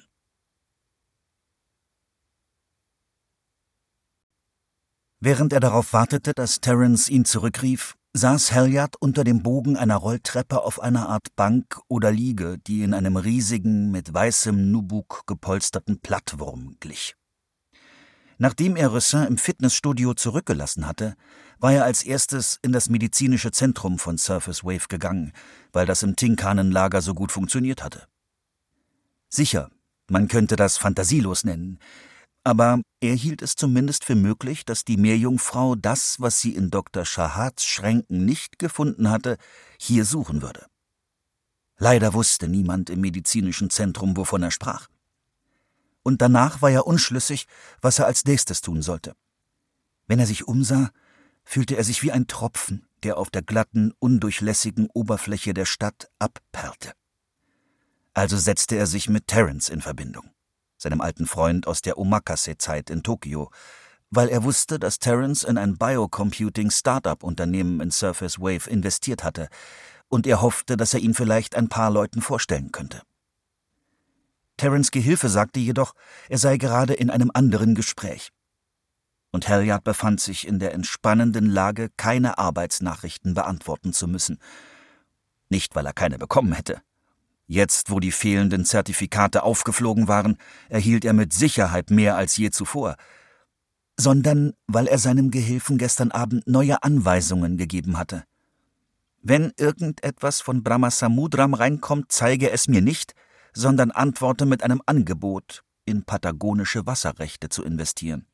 Während er darauf wartete, dass Terence ihn zurückrief, saß Halliard unter dem Bogen einer Rolltreppe auf einer Art Bank oder Liege, die in einem riesigen, mit weißem Nubuk gepolsterten Plattwurm glich. Nachdem er Rössin im Fitnessstudio zurückgelassen hatte, war er als erstes in das medizinische Zentrum von Surface Wave gegangen, weil das im Tinkanenlager so gut funktioniert hatte. Sicher, man könnte das fantasielos nennen, aber er hielt es zumindest für möglich, dass die Meerjungfrau das, was sie in Dr. Shahads Schränken nicht gefunden hatte, hier suchen würde. Leider wusste niemand im medizinischen Zentrum, wovon er sprach. Und danach war er unschlüssig, was er als nächstes tun sollte. Wenn er sich umsah, fühlte er sich wie ein Tropfen, der auf der glatten, undurchlässigen Oberfläche der Stadt abperlte. Also setzte er sich mit Terence in Verbindung, seinem alten Freund aus der Omakase-Zeit in Tokio, weil er wusste, dass Terence in ein Biocomputing-Startup-Unternehmen in Surface Wave investiert hatte, und er hoffte, dass er ihn vielleicht ein paar Leuten vorstellen könnte. Terence' Gehilfe sagte jedoch, er sei gerade in einem anderen Gespräch. Und Halliard befand sich in der entspannenden Lage, keine Arbeitsnachrichten beantworten zu müssen. Nicht, weil er keine bekommen hätte. Jetzt, wo die fehlenden Zertifikate aufgeflogen waren, erhielt er mit Sicherheit mehr als je zuvor, sondern weil er seinem Gehilfen gestern Abend neue Anweisungen gegeben hatte. Wenn irgendetwas von Brahmasamudram reinkommt, zeige es mir nicht, sondern antworte mit einem Angebot, in patagonische Wasserrechte zu investieren.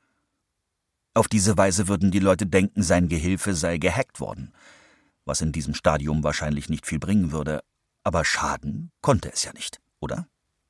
Auf diese Weise würden die Leute denken, sein Gehilfe sei gehackt worden, was in diesem Stadium wahrscheinlich nicht viel bringen würde, aber schaden konnte es ja nicht, oder?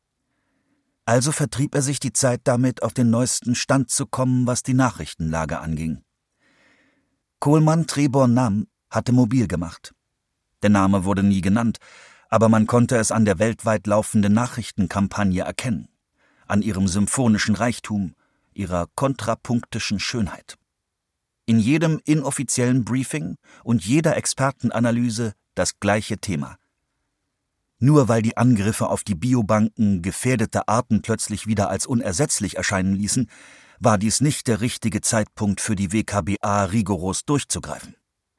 Also vertrieb er sich die Zeit damit, auf den neuesten Stand zu kommen, was die Nachrichtenlage anging. Coleman Trebor Nam hatte mobil gemacht. Der Name wurde nie genannt, aber man konnte es an der weltweit laufenden Nachrichtenkampagne erkennen, an ihrem symphonischen Reichtum, ihrer kontrapunktischen Schönheit. In jedem inoffiziellen Briefing und jeder Expertenanalyse das gleiche Thema. Nur weil die Angriffe auf die Biobanken gefährdete Arten plötzlich wieder als unersetzlich erscheinen ließen, war dies nicht der richtige Zeitpunkt für die WKBA rigoros durchzugreifen.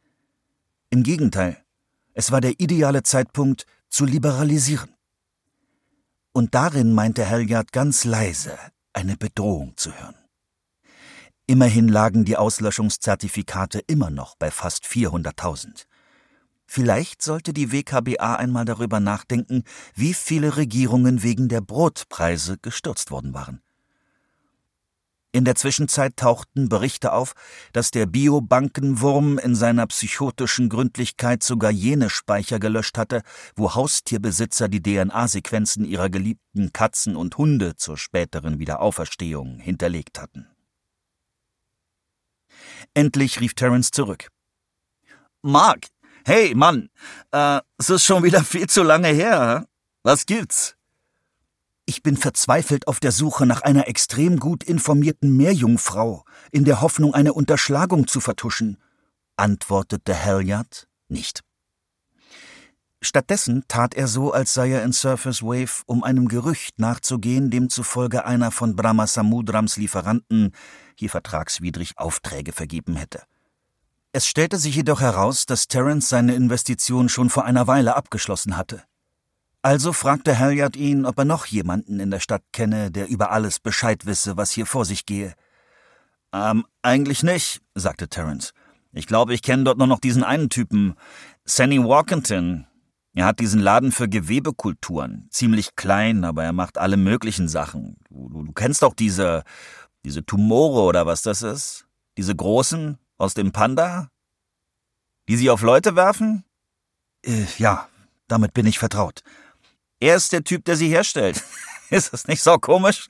Im Gegenteil, es war der ideale Zeitpunkt, zu liberalisieren. Und darin meinte Halliard ganz leise eine Bedrohung zu hören. Immerhin lagen die Auslöschungszertifikate immer noch bei fast 400.000. Vielleicht sollte die WKBA einmal darüber nachdenken, wie viele Regierungen wegen der Brotpreise gestürzt worden waren. In der Zwischenzeit tauchten Berichte auf, dass der Biobankenwurm in seiner psychotischen Gründlichkeit sogar jene Speicher gelöscht hatte, wo Haustierbesitzer die DNA-Sequenzen ihrer geliebten Katzen und Hunde zur späteren Wiederauferstehung hinterlegt hatten. Endlich rief Terence zurück. »Mark, hey Mann, es ist schon wieder viel zu lange her. Was gibt's?« »Ich bin verzweifelt auf der Suche nach einer extrem gut informierten Meerjungfrau, in der Hoffnung, eine Unterschlagung zu vertuschen«, antwortete Halliard nicht. Stattdessen tat er so, als sei er in Surface Wave, um einem Gerücht nachzugehen, demzufolge einer von Brahma Samudrams Lieferanten hier vertragswidrig Aufträge vergeben hätte. Es stellte sich jedoch heraus, dass Terence seine Investition schon vor einer Weile abgeschlossen hatte. Also fragte Halliard ihn, ob er noch jemanden in der Stadt kenne, der über alles Bescheid wisse, was hier vor sich gehe. Eigentlich nicht«, sagte Terence. »Ich glaube, ich kenne dort nur noch diesen einen Typen, Sanny Walkington. Er hat diesen Laden für Gewebekulturen. Ziemlich klein, aber er macht alle möglichen Sachen. Du kennst doch diese Tumore oder was das ist? Diese großen aus dem Panda? Die sie auf Leute werfen?« Ja, damit bin ich vertraut.« »Er ist der Typ, der sie herstellt. Ist das nicht so komisch?«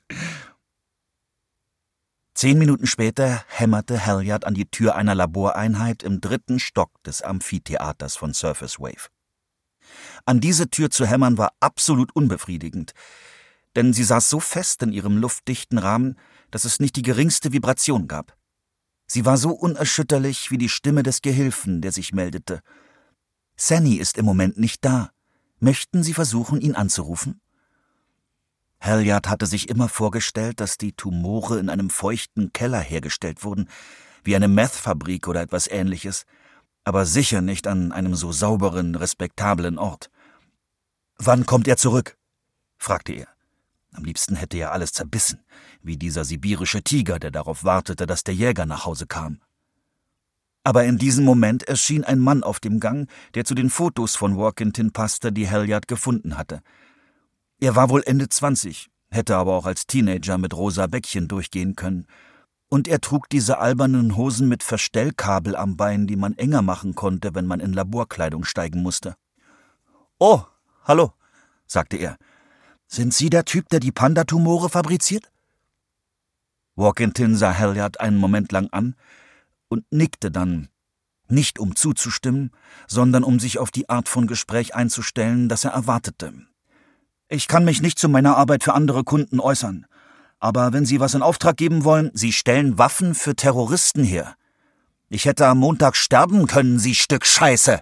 10 Minuten später hämmerte Halliard an die Tür einer Laboreinheit im 3. Stock des Amphitheaters von Surface Wave. An diese Tür zu hämmern war absolut unbefriedigend, denn sie saß so fest in ihrem luftdichten Rahmen, dass es nicht die geringste Vibration gab. Sie war so unerschütterlich wie die Stimme des Gehilfen, der sich meldete. »Sanny ist im Moment nicht da. Möchten Sie versuchen, ihn anzurufen?« Halliard hatte sich immer vorgestellt, dass die Tumore in einem feuchten Keller hergestellt wurden, wie eine Meth-Fabrik oder etwas Ähnliches, aber sicher nicht an einem so sauberen, respektablen Ort. »Wann kommt er zurück?« fragte er. Am liebsten hätte er alles zerbissen, wie dieser sibirische Tiger, der darauf wartete, dass der Jäger nach Hause kam. Aber in diesem Moment erschien ein Mann auf dem Gang, der zu den Fotos von Walkington passte, die Halliard gefunden hatte. Er war wohl Ende 20, hätte aber auch als Teenager mit rosa Bäckchen durchgehen können. Und er trug diese albernen Hosen mit Verstellkabel am Bein, die man enger machen konnte, wenn man in Laborkleidung steigen musste. »Oh, hallo«, sagte er. »Sind Sie der Typ, der die Panda-Tumore fabriziert?« Walkington sah Halliard einen Moment lang an und nickte dann, nicht um zuzustimmen, sondern um sich auf die Art von Gespräch einzustellen, das er erwartete. »Ich kann mich nicht zu meiner Arbeit für andere Kunden äußern. Aber wenn Sie was in Auftrag geben wollen, Sie stellen Waffen für Terroristen her. Ich hätte am Montag sterben können, Sie Stück Scheiße!«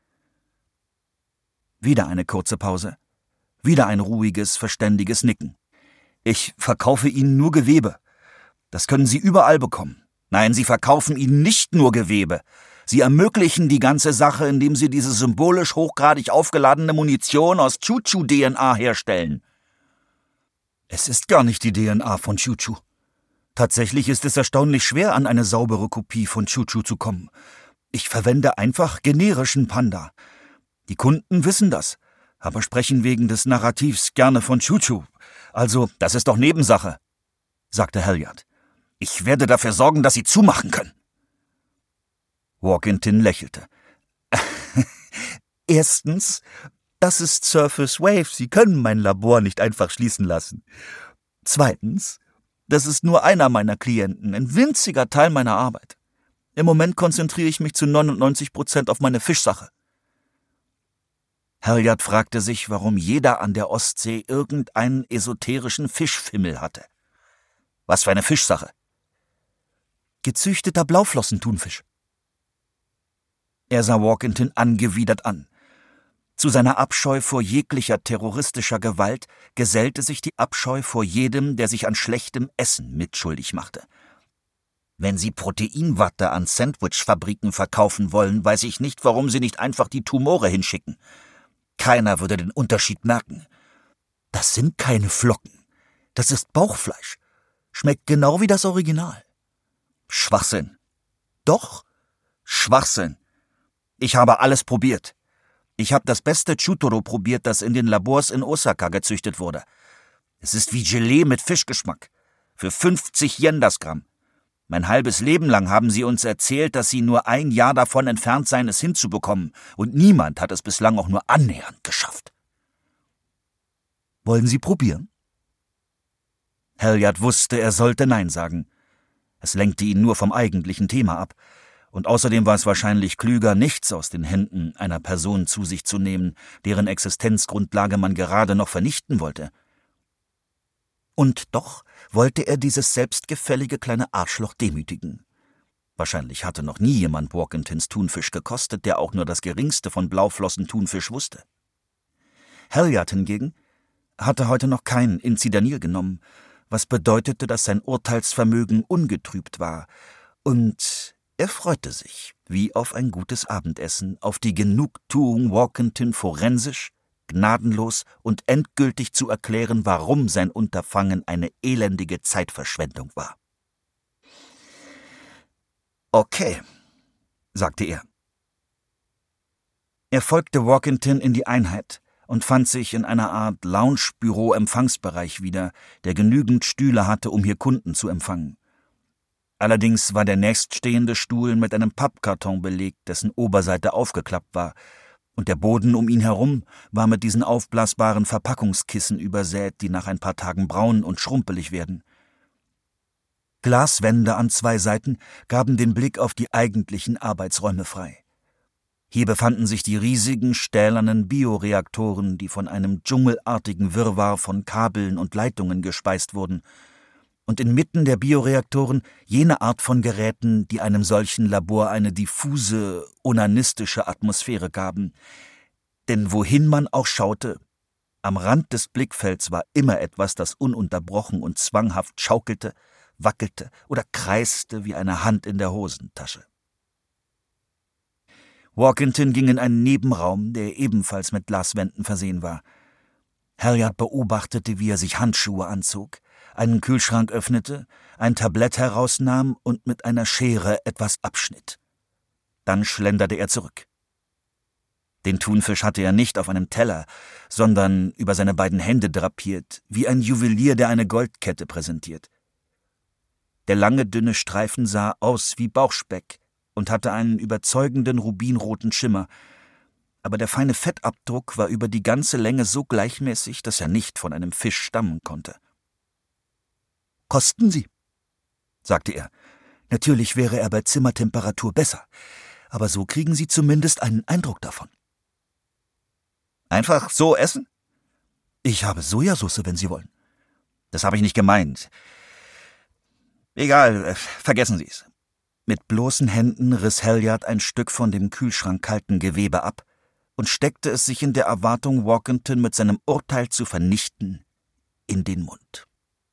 Wieder eine kurze Pause. Wieder ein ruhiges, verständiges Nicken. »Ich verkaufe Ihnen nur Gewebe. Das können Sie überall bekommen. Nein, Sie verkaufen Ihnen nicht nur Gewebe. Sie ermöglichen die ganze Sache, indem Sie diese symbolisch hochgradig aufgeladene Munition aus Chuchu-DNA herstellen.« »Es ist gar nicht die DNA von Chuchu. Tatsächlich ist es erstaunlich schwer, an eine saubere Kopie von Chuchu zu kommen. Ich verwende einfach generischen Panda. Die Kunden wissen das, aber sprechen wegen des Narrativs gerne von Chuchu. Also, das ist doch Nebensache«, sagte Halliard. »Ich werde dafür sorgen, dass Sie zumachen können.« Walkington lächelte. »Erstens, das ist Surface Wave. Sie können mein Labor nicht einfach schließen lassen. Zweitens, das ist nur einer meiner Klienten, ein winziger Teil meiner Arbeit. Im Moment konzentriere ich mich zu 99% auf meine Fischsache.« Halliard fragte sich, warum jeder an der Ostsee irgendeinen esoterischen Fischfimmel hatte. Was für eine Fischsache? Gezüchteter Blauflossenthunfisch. Er sah Walkington angewidert an. Zu seiner Abscheu vor jeglicher terroristischer Gewalt gesellte sich die Abscheu vor jedem, der sich an schlechtem Essen mitschuldig machte. Wenn Sie Proteinwatte an Sandwichfabriken verkaufen wollen, weiß ich nicht, warum Sie nicht einfach die Tumore hinschicken. Keiner würde den Unterschied merken. Das sind keine Flocken. Das ist Bauchfleisch. Schmeckt genau wie das Original. Schwachsinn. Doch, Schwachsinn. Ich habe alles probiert. Ich habe das beste Chutoro probiert, das in den Labors in Osaka gezüchtet wurde. Es ist wie Gelee mit Fischgeschmack. Für 50 Yen das Gramm. Mein halbes Leben lang haben sie uns erzählt, dass sie nur 1 Jahr davon entfernt seien, es hinzubekommen, und niemand hat es bislang auch nur annähernd geschafft. Wollen Sie probieren? Halliard wusste, er sollte Nein sagen. Es lenkte ihn nur vom eigentlichen Thema ab, und außerdem war es wahrscheinlich klüger, nichts aus den Händen einer Person zu sich zu nehmen, deren Existenzgrundlage man gerade noch vernichten wollte. Und doch wollte er dieses selbstgefällige kleine Arschloch demütigen. Wahrscheinlich hatte noch nie jemand Walkingtons Thunfisch gekostet, der auch nur das geringste von Blauflossen-Thunfisch wusste. Halliard hingegen hatte heute noch kein Inzidanil genommen, was bedeutete, dass sein Urteilsvermögen ungetrübt war, und er freute sich, wie auf ein gutes Abendessen, auf die Genugtuung, Walkington forensisch, gnadenlos und endgültig zu erklären, warum sein Unterfangen eine elendige Zeitverschwendung war. »Okay«, sagte er. Er folgte Walkington in die Einheit und fand sich in einer Art Lounge-Büro-Empfangsbereich wieder, der genügend Stühle hatte, um hier Kunden zu empfangen. Allerdings war der nächststehende Stuhl mit einem Pappkarton belegt, dessen Oberseite aufgeklappt war, und der Boden um ihn herum war mit diesen aufblasbaren Verpackungskissen übersät, die nach ein paar Tagen braun und schrumpelig werden. Glaswände an 2 Seiten gaben den Blick auf die eigentlichen Arbeitsräume frei. Hier befanden sich die riesigen stählernen Bioreaktoren, die von einem dschungelartigen Wirrwarr von Kabeln und Leitungen gespeist wurden, und inmitten der Bioreaktoren jene Art von Geräten, die einem solchen Labor eine diffuse, onanistische Atmosphäre gaben. Denn wohin man auch schaute, am Rand des Blickfelds war immer etwas, das ununterbrochen und zwanghaft schaukelte, wackelte oder kreiste wie eine Hand in der Hosentasche. Walkington ging in einen Nebenraum, der ebenfalls mit Glaswänden versehen war. Halliard beobachtete, wie er sich Handschuhe anzog, einen Kühlschrank öffnete, ein Tablett herausnahm und mit einer Schere etwas abschnitt. Dann schlenderte er zurück. Den Thunfisch hatte er nicht auf einem Teller, sondern über seine beiden Hände drapiert, wie ein Juwelier, der eine Goldkette präsentiert. Der lange, dünne Streifen sah aus wie Bauchspeck und hatte einen überzeugenden rubinroten Schimmer, aber der feine Fettabdruck war über die ganze Länge so gleichmäßig, dass er nicht von einem Fisch stammen konnte. »Kosten Sie«, sagte er. Natürlich wäre er bei Zimmertemperatur besser, aber so kriegen Sie zumindest einen Eindruck davon. »Einfach so essen?« »Ich habe Sojasauce, wenn Sie wollen.« »Das habe ich nicht gemeint. Egal, vergessen Sie es.« Mit bloßen Händen riss Halliard ein Stück von dem kühlschrankkalten Gewebe ab und steckte es sich in der Erwartung, Walkington mit seinem Urteil zu vernichten, in den Mund.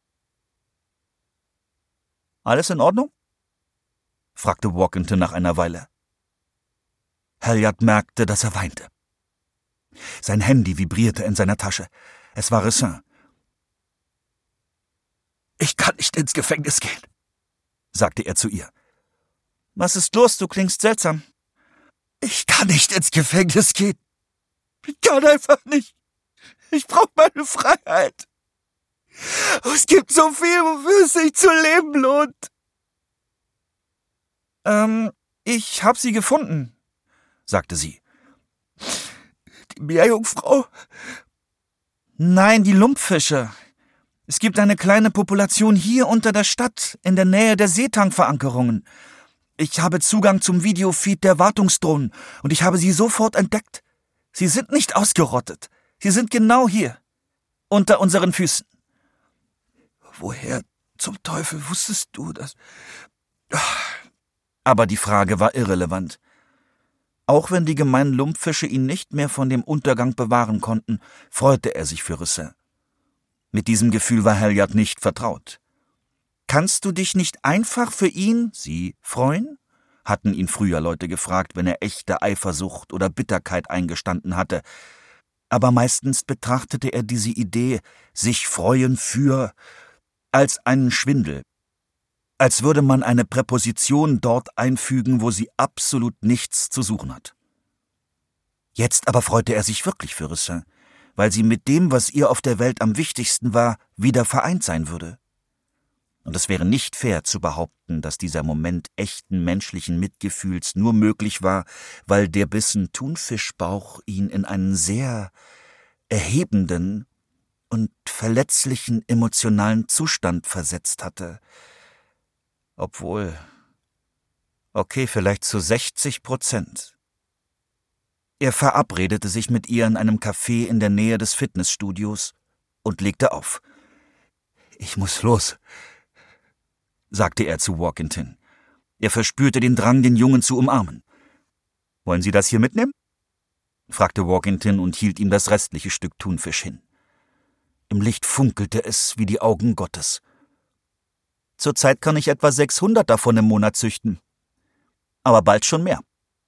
»Alles in Ordnung?« fragte Walkington nach einer Weile. Halliard merkte, dass er weinte. Sein Handy vibrierte in seiner Tasche. Es war Ressin. »Ich kann nicht ins Gefängnis gehen«, sagte er zu ihr. »Was ist los? Du klingst seltsam.« »Ich kann nicht ins Gefängnis gehen. Ich kann einfach nicht. Ich brauche meine Freiheit. Es gibt so viel, wofür es sich zu leben lohnt.« Ich hab sie gefunden«, sagte sie. »Die Meerjungfrau?« »Nein, die Lumpfische. Es gibt eine kleine Population hier unter der Stadt, in der Nähe der Seetankverankerungen. Ich habe Zugang zum Videofeed der Wartungsdrohnen und ich habe sie sofort entdeckt. Sie sind nicht ausgerottet. Sie sind genau hier, unter unseren Füßen.« »Woher zum Teufel wusstest du das?« Aber die Frage war irrelevant. Auch wenn die gemeinen Lumpfische ihn nicht mehr von dem Untergang bewahren konnten, freute er sich für Ressin. Mit diesem Gefühl war Halliard nicht vertraut. »Kannst du dich nicht einfach für ihn, sie, freuen?« hatten ihn früher Leute gefragt, wenn er echte Eifersucht oder Bitterkeit eingestanden hatte. Aber meistens betrachtete er diese Idee, sich freuen für, als einen Schwindel. Als würde man eine Präposition dort einfügen, wo sie absolut nichts zu suchen hat. Jetzt aber freute er sich wirklich für Ressin, weil sie mit dem, was ihr auf der Welt am wichtigsten war, wieder vereint sein würde. Und es wäre nicht fair zu behaupten, dass dieser Moment echten menschlichen Mitgefühls nur möglich war, weil der Bissen Thunfischbauch ihn in einen sehr erhebenden und verletzlichen emotionalen Zustand versetzt hatte. Obwohl, okay, vielleicht zu 60%. Er verabredete sich mit ihr in einem Café in der Nähe des Fitnessstudios und legte auf. »Ich muss los«, sagte er zu Walkington. Er verspürte den Drang, den Jungen zu umarmen. »Wollen Sie das hier mitnehmen?« fragte Walkington und hielt ihm das restliche Stück Thunfisch hin. Im Licht funkelte es wie die Augen Gottes. »Zurzeit kann ich etwa 600 davon im Monat züchten. Aber bald schon mehr.«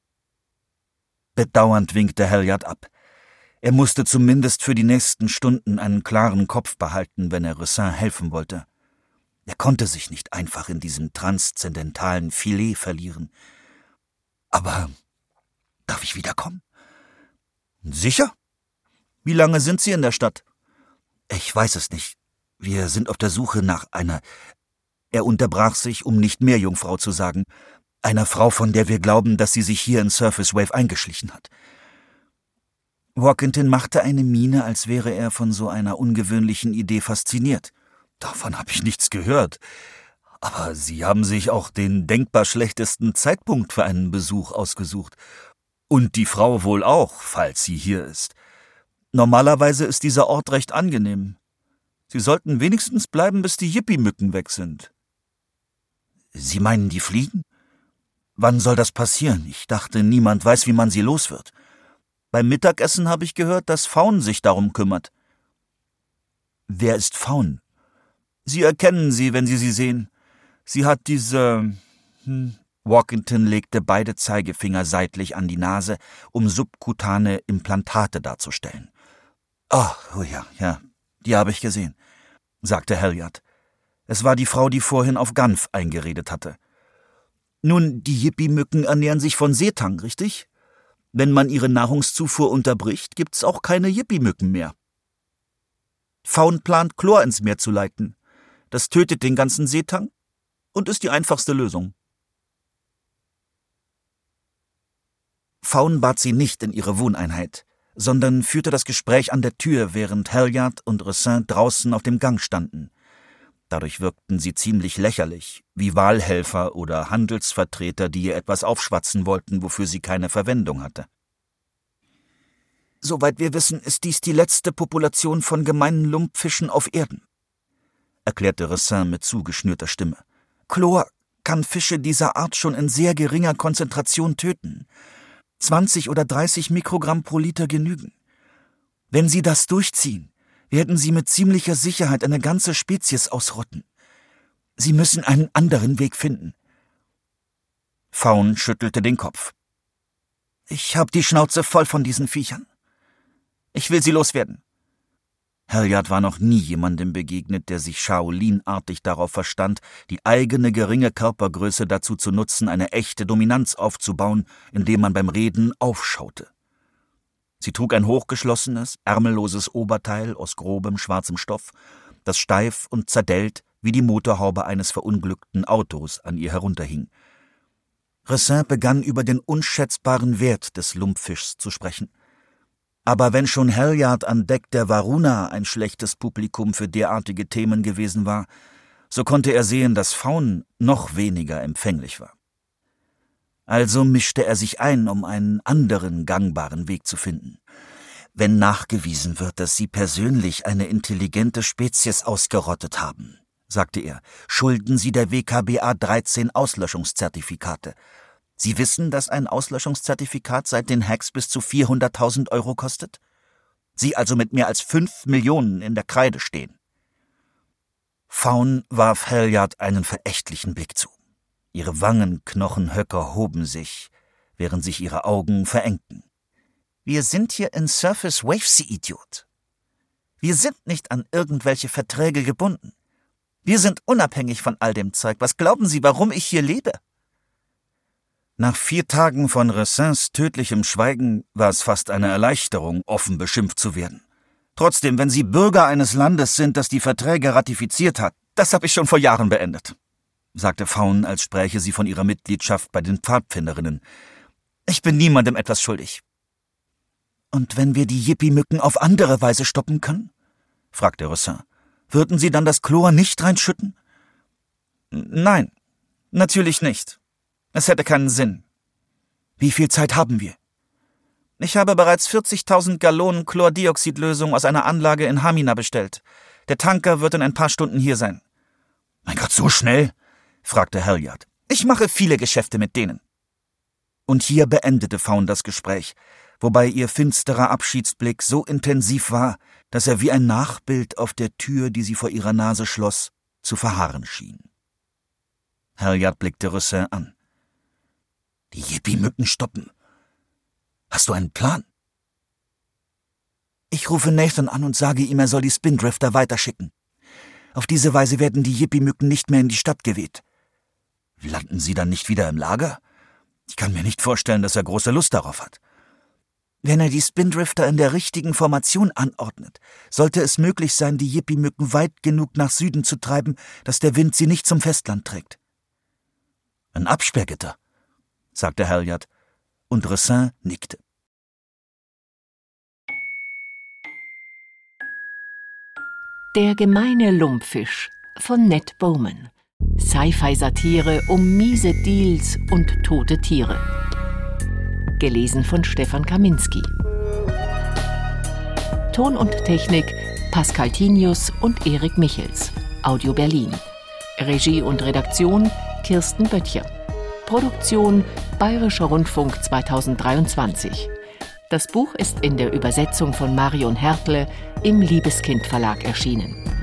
Bedauernd winkte Halliard ab. Er musste zumindest für die nächsten Stunden einen klaren Kopf behalten, wenn er Rossin helfen wollte. Er konnte sich nicht einfach in diesem transzendentalen Filet verlieren. »Aber darf ich wiederkommen?« »Sicher. Wie lange sind Sie in der Stadt?« »Ich weiß es nicht. Wir sind auf der Suche nach einer...« Er unterbrach sich, um nicht mehr Jungfrau zu sagen, einer Frau, von der wir glauben, dass sie sich hier in Surface Wave eingeschlichen hat. Walkington machte eine Miene, als wäre er von so einer ungewöhnlichen Idee fasziniert. »Davon habe ich nichts gehört. Aber Sie haben sich auch den denkbar schlechtesten Zeitpunkt für einen Besuch ausgesucht. Und die Frau wohl auch, falls sie hier ist. Normalerweise ist dieser Ort recht angenehm. Sie sollten wenigstens bleiben, bis die Yippie-Mücken weg sind.« »Sie meinen die Fliegen? Wann soll das passieren? Ich dachte, niemand weiß, wie man sie los wird. Beim Mittagessen habe ich gehört, dass Fawn sich darum kümmert.« »Wer ist Fawn?« »Sie erkennen sie, wenn Sie sie sehen. Sie hat diese...« Walkington legte beide Zeigefinger seitlich an die Nase, um subkutane Implantate darzustellen. »Oh ja, die habe ich gesehen«, sagte Halliard. Es war die Frau, die vorhin auf Ganf eingeredet hatte. »Nun, die Yippie-Mücken ernähren sich von Seetang, richtig? Wenn man ihre Nahrungszufuhr unterbricht, gibt's auch keine Yippie-Mücken mehr. Fawn plant, Chlor ins Meer zu leiten. Das tötet den ganzen Seetang und ist die einfachste Lösung.« Fawn bat sie nicht in ihre Wohneinheit, sondern führte das Gespräch an der Tür, während Halliard und Rossin draußen auf dem Gang standen. Dadurch wirkten sie ziemlich lächerlich, wie Wahlhelfer oder Handelsvertreter, die ihr etwas aufschwatzen wollten, wofür sie keine Verwendung hatte. »Soweit wir wissen, ist dies die letzte Population von gemeinen Lumpfischen auf Erden«, erklärte Rossin mit zugeschnürter Stimme. »Chlor kann Fische dieser Art schon in sehr geringer Konzentration töten. 20 oder 30 Mikrogramm pro Liter genügen. Wenn sie das durchziehen, werden sie mit ziemlicher Sicherheit eine ganze Spezies ausrotten. Sie müssen einen anderen Weg finden.« Fawn schüttelte den Kopf. »Ich habe die Schnauze voll von diesen Viechern. Ich will sie loswerden.« Halliard war noch nie jemandem begegnet, der sich Shaolin-artig darauf verstand, die eigene geringe Körpergröße dazu zu nutzen, eine echte Dominanz aufzubauen, indem man beim Reden aufschaute. Sie trug ein hochgeschlossenes, ärmelloses Oberteil aus grobem, schwarzem Stoff, das steif und zerdellt wie die Motorhaube eines verunglückten Autos an ihr herunterhing. Rossin begann über den unschätzbaren Wert des Lumpfischs zu sprechen. Aber wenn schon Halliard an Deck der Varuna ein schlechtes Publikum für derartige Themen gewesen war, so konnte er sehen, dass Fawn noch weniger empfänglich war. Also mischte er sich ein, um einen anderen gangbaren Weg zu finden. »Wenn nachgewiesen wird, dass Sie persönlich eine intelligente Spezies ausgerottet haben«, sagte er, »schulden Sie der WKBA 13 Auslöschungszertifikate. Sie wissen, dass ein Auslöschungszertifikat seit den Hacks bis zu 400.000 Euro kostet? Sie also mit mehr als 5 Millionen in der Kreide stehen.« Fawn warf Halliard einen verächtlichen Blick zu. Ihre Wangenknochenhöcker hoben sich, während sich ihre Augen verengten. »Wir sind hier in Surface Wave, Sie Idiot. Wir sind nicht an irgendwelche Verträge gebunden. Wir sind unabhängig von all dem Zeug. Was glauben Sie, warum ich hier lebe?« Nach 4 Tagen von Rossins tödlichem Schweigen war es fast eine Erleichterung, offen beschimpft zu werden. »Trotzdem, wenn Sie Bürger eines Landes sind, das die Verträge ratifiziert hat, Das habe ich schon vor Jahren beendet, sagte Fawn, als spräche sie von ihrer Mitgliedschaft bei den Pfadfinderinnen. Ich bin niemandem etwas schuldig. Und wenn wir die Yippie-Mücken auf andere Weise stoppen können? Fragte Roussin. Würden Sie dann das Chlor nicht reinschütten? Nein, natürlich nicht. Es hätte keinen Sinn. Wie viel Zeit haben wir? Ich habe bereits 40.000 Gallonen Chlordioxidlösung aus einer Anlage in Hamina bestellt. Der Tanker wird in ein paar Stunden hier sein. Mein Gott, so schnell? Fragte Halliard. Ich mache viele Geschäfte mit denen. Und hier beendete Fawn das Gespräch, wobei ihr finsterer Abschiedsblick so intensiv war, dass er wie ein Nachbild auf der Tür, die sie vor ihrer Nase schloss, zu verharren schien. Halliard blickte Roussin an. Die Yippie-Mücken stoppen. Hast du einen Plan? Ich rufe Nathan an und sage ihm, er soll die Spindrifter weiterschicken. Auf diese Weise werden die Yippie-Mücken nicht mehr in die Stadt geweht. Landen sie dann nicht wieder im Lager? Ich kann mir nicht vorstellen, dass er große Lust darauf hat. Wenn er die Spindrifter in der richtigen Formation anordnet, sollte es möglich sein, die Yippie-Mücken weit genug nach Süden zu treiben, dass der Wind sie nicht zum Festland trägt. Ein Absperrgitter, sagte Halliard, und Roussin nickte. Der gemeine Lumpfisch von Ned Bowman. Sci-Fi-Satire um miese Deals und tote Tiere. Gelesen von Stefan Kaminski. Ton und Technik Pascal Tinius und Erik Michels. Audio Berlin. Regie und Redaktion Kirsten Böttcher. Produktion Bayerischer Rundfunk 2023. Das Buch ist in der Übersetzung von Marion Hertle im Liebeskind Verlag erschienen.